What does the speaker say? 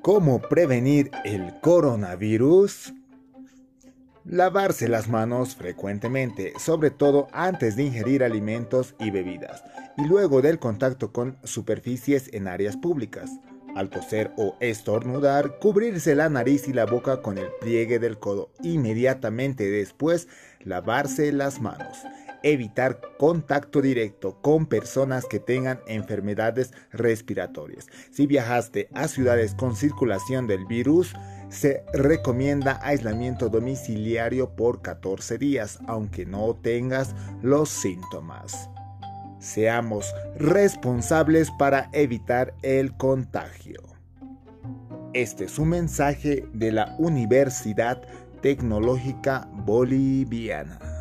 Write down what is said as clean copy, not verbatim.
¿Cómo prevenir el coronavirus? Lavarse las manos frecuentemente, sobre todo antes de ingerir alimentos y bebidas, y luego del contacto con superficies en áreas públicas. Al toser o estornudar, cubrirse la nariz y la boca con el pliegue del codo. Inmediatamente después, lavarse las manos. Evitar contacto directo con personas que tengan enfermedades respiratorias. Si viajaste a ciudades con circulación del virus, se recomienda aislamiento domiciliario por 14 días, aunque no tengas los síntomas. Seamos responsables para evitar el contagio. Este es un mensaje de la Universidad Tecnológica Boliviana.